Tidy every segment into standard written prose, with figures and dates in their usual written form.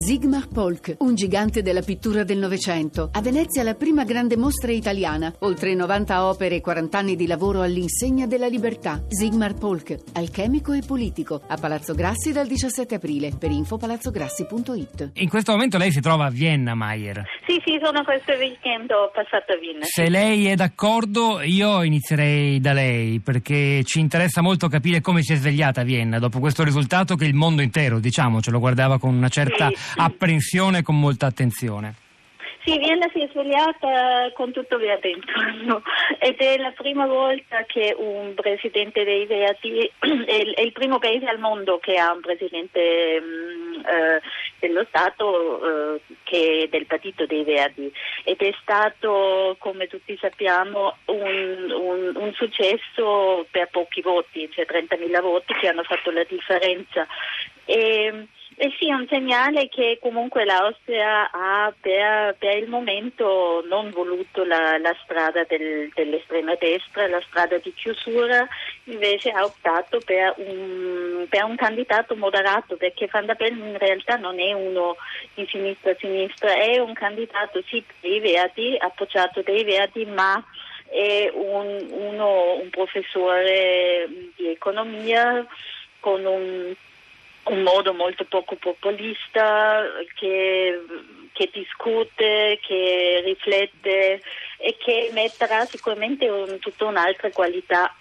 Sigmar Polk, un gigante della pittura del Novecento. A Venezia la prima grande mostra italiana. Oltre 90 opere e 40 anni di lavoro all'insegna della libertà. Sigmar Polk, alchemico e politico. A Palazzo Grassi dal 17 aprile. Per info palazzograssi.it. In questo momento lei si trova a Vienna, Maier. Sì, sono questo weekend, ho passato a Vienna. Se lei è d'accordo, io inizierei da lei, perché ci interessa molto capire come si è svegliata a Vienna dopo questo risultato che il mondo intero, diciamocelo, guardava con una certa apprensione e con molta attenzione. Sì, Vienna si è svegliata con tutto verde intorno ed è la prima volta che un presidente dei Verdi, è il primo paese al mondo che ha un presidente dello Stato che è del partito dei Verdi, ed è stato, come tutti sappiamo, un successo per pochi voti, cioè 30.000 voti che hanno fatto la differenza. E sì, è un segnale che comunque l'Austria ha per il momento non voluto la strada dell'estrema destra, la strada di chiusura, invece ha optato per un candidato moderato, perché Van der Bellen in realtà non è uno di sinistra, è un candidato sì dei Verdi, appoggiato dai Verdi, ma è un professore di economia con un modo molto poco populista, che discute, che riflette e che metterà sicuramente tutta un'altra qualità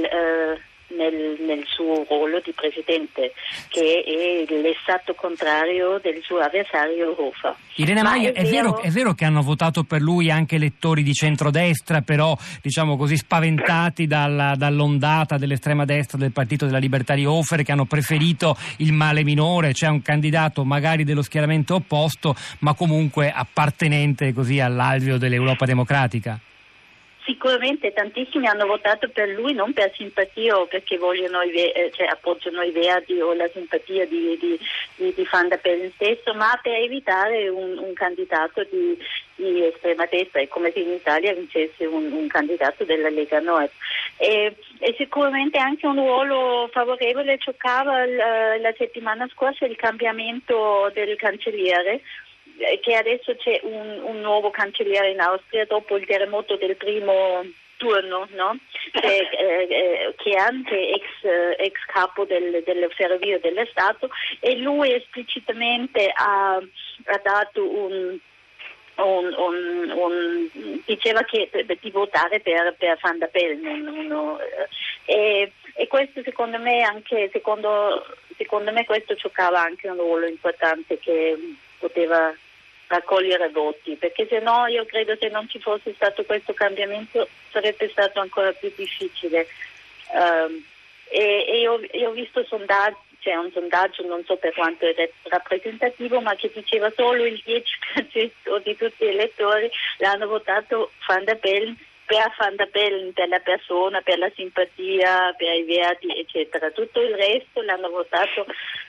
nel suo ruolo di presidente, che è l'esatto contrario del suo avversario Hofer. Irene Maier, è vero che hanno votato per lui anche elettori di centrodestra, però diciamo così spaventati dall'ondata dell'estrema destra del Partito della Libertà di Hofer, che hanno preferito il male minore, cioè un candidato magari dello schieramento opposto, ma comunque appartenente così all'alveo dell'Europa democratica? Sicuramente tantissimi hanno votato per lui non per simpatia o perché vogliono appoggiano i Verdi o la simpatia di Van der Bellen stesso, ma per evitare un candidato di estrema destra. È come se in Italia vincesse un candidato della Lega Nord. E sicuramente anche un ruolo favorevole giocava la settimana scorsa il cambiamento del cancelliere, che adesso c'è un nuovo cancelliere in Austria dopo il terremoto del primo turno, no? Che è anche ex capo delle ferrovie dello Stato, e lui esplicitamente ha dato diceva che di votare per Van der Bellen, e questo secondo me questo giocava anche un ruolo importante, che poteva raccogliere voti, perché se no io credo che se non ci fosse stato questo cambiamento sarebbe stato ancora più difficile. E io ho visto sondaggi, c'è un sondaggio, non so per quanto è rappresentativo, ma che diceva solo il 10% di tutti gli elettori l'hanno votato Van der Bellen, per Van der Bellen, per la persona, per la simpatia, per i Verdi, eccetera. Tutto il resto l'hanno votato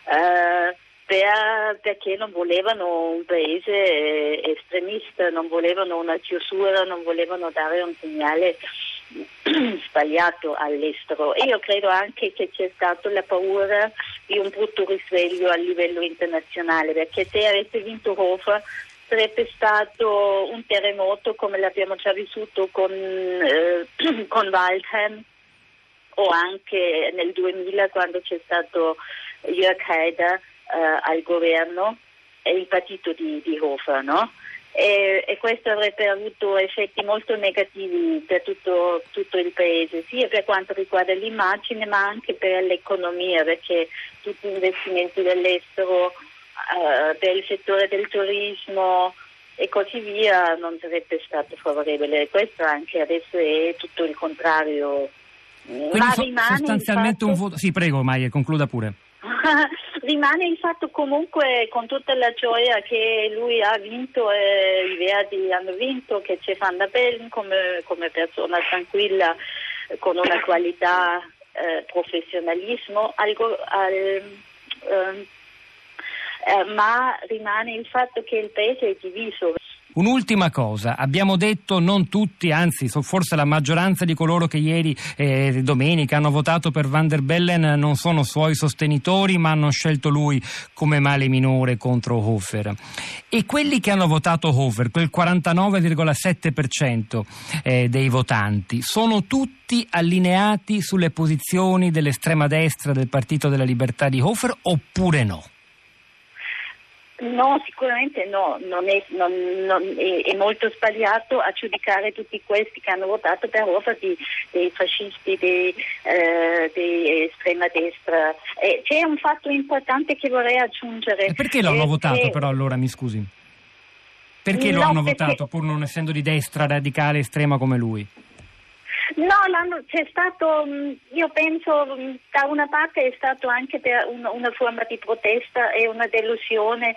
perché non volevano un paese estremista, non volevano una chiusura, non volevano dare un segnale sbagliato all'estero. E io credo anche che c'è stata la paura di un brutto risveglio a livello internazionale, perché se avesse vinto Hofer sarebbe stato un terremoto come l'abbiamo già vissuto con Waldheim, o anche nel 2000 quando c'è stato Jörg Haider al governo e il partito di Hofer, no? E questo avrebbe avuto effetti molto negativi per tutto il paese, sia per quanto riguarda l'immagine ma anche per l'economia, perché tutti gli investimenti dall'estero, per il settore del turismo e così via non sarebbe stato favorevole. Questo anche adesso è tutto il contrario. Quindi ma rimane sostanzialmente un voto. Sì, prego Maier, concluda pure. Rimane il fatto comunque, con tutta la gioia che lui ha vinto e i Verdi hanno vinto, che c'è Van der Bellen come persona tranquilla, con una qualità, professionalismo, ma rimane il fatto che il paese è diviso. Un'ultima cosa, abbiamo detto non tutti, anzi forse la maggioranza di coloro che ieri, domenica, hanno votato per Van der Bellen non sono suoi sostenitori, ma hanno scelto lui come male minore contro Hofer. E quelli che hanno votato Hofer, quel 49,7% dei votanti, sono tutti allineati sulle posizioni dell'estrema destra del Partito della Libertà di Hofer oppure no? No, sicuramente no, è molto sbagliato a giudicare tutti questi che hanno votato per Hofer dei fascisti, di estrema destra. C'è un fatto importante che vorrei aggiungere. E perché lo hanno votato però allora, mi scusi? Perché lo hanno votato pur non essendo di destra radicale estrema come lui? No, c'è stato, io penso, da una parte è stato anche per una forma di protesta e una delusione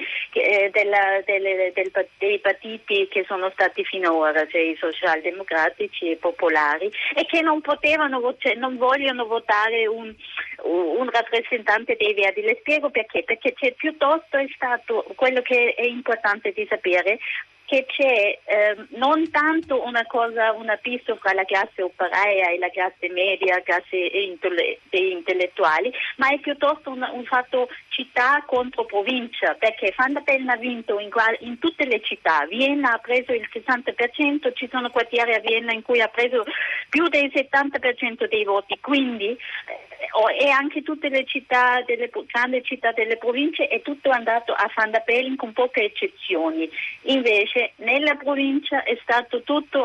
dei partiti che sono stati finora, cioè i socialdemocratici e i popolari, e che non vogliono votare un rappresentante dei Verdi. Le spiego perché. Perché c'è piuttosto è stato, quello che è importante di sapere, che c'è non tanto una pista fra la classe operaia e la classe media, classe dei intellettuali, ma è piuttosto un fatto città contro provincia, perché Van der Bellen ha vinto in tutte le città. Vienna ha preso il 60%, ci sono quartieri a Vienna in cui ha preso più del 70% dei voti, quindi e anche tutte le città, grandi città delle province, è tutto andato a Van der Bellen con poche eccezioni. Invece nella provincia è stato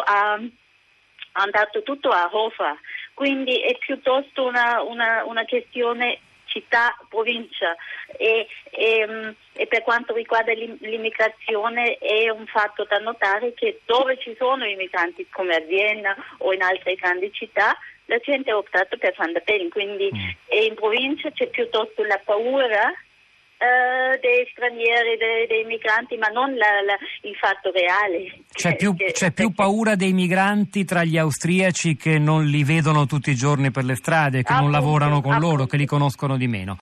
andato tutto a Hofer, quindi è piuttosto una questione città-provincia e per quanto riguarda l'immigrazione è un fatto da notare che dove ci sono immigranti come a Vienna o in altre grandi città la gente ha optato per Van der Bellen, quindi in provincia c'è piuttosto la paura dei stranieri, dei migranti, ma non il fatto reale. C'è più paura dei migranti tra gli austriaci che non li vedono tutti i giorni per le strade, che non lavorano con loro, che li conoscono di meno.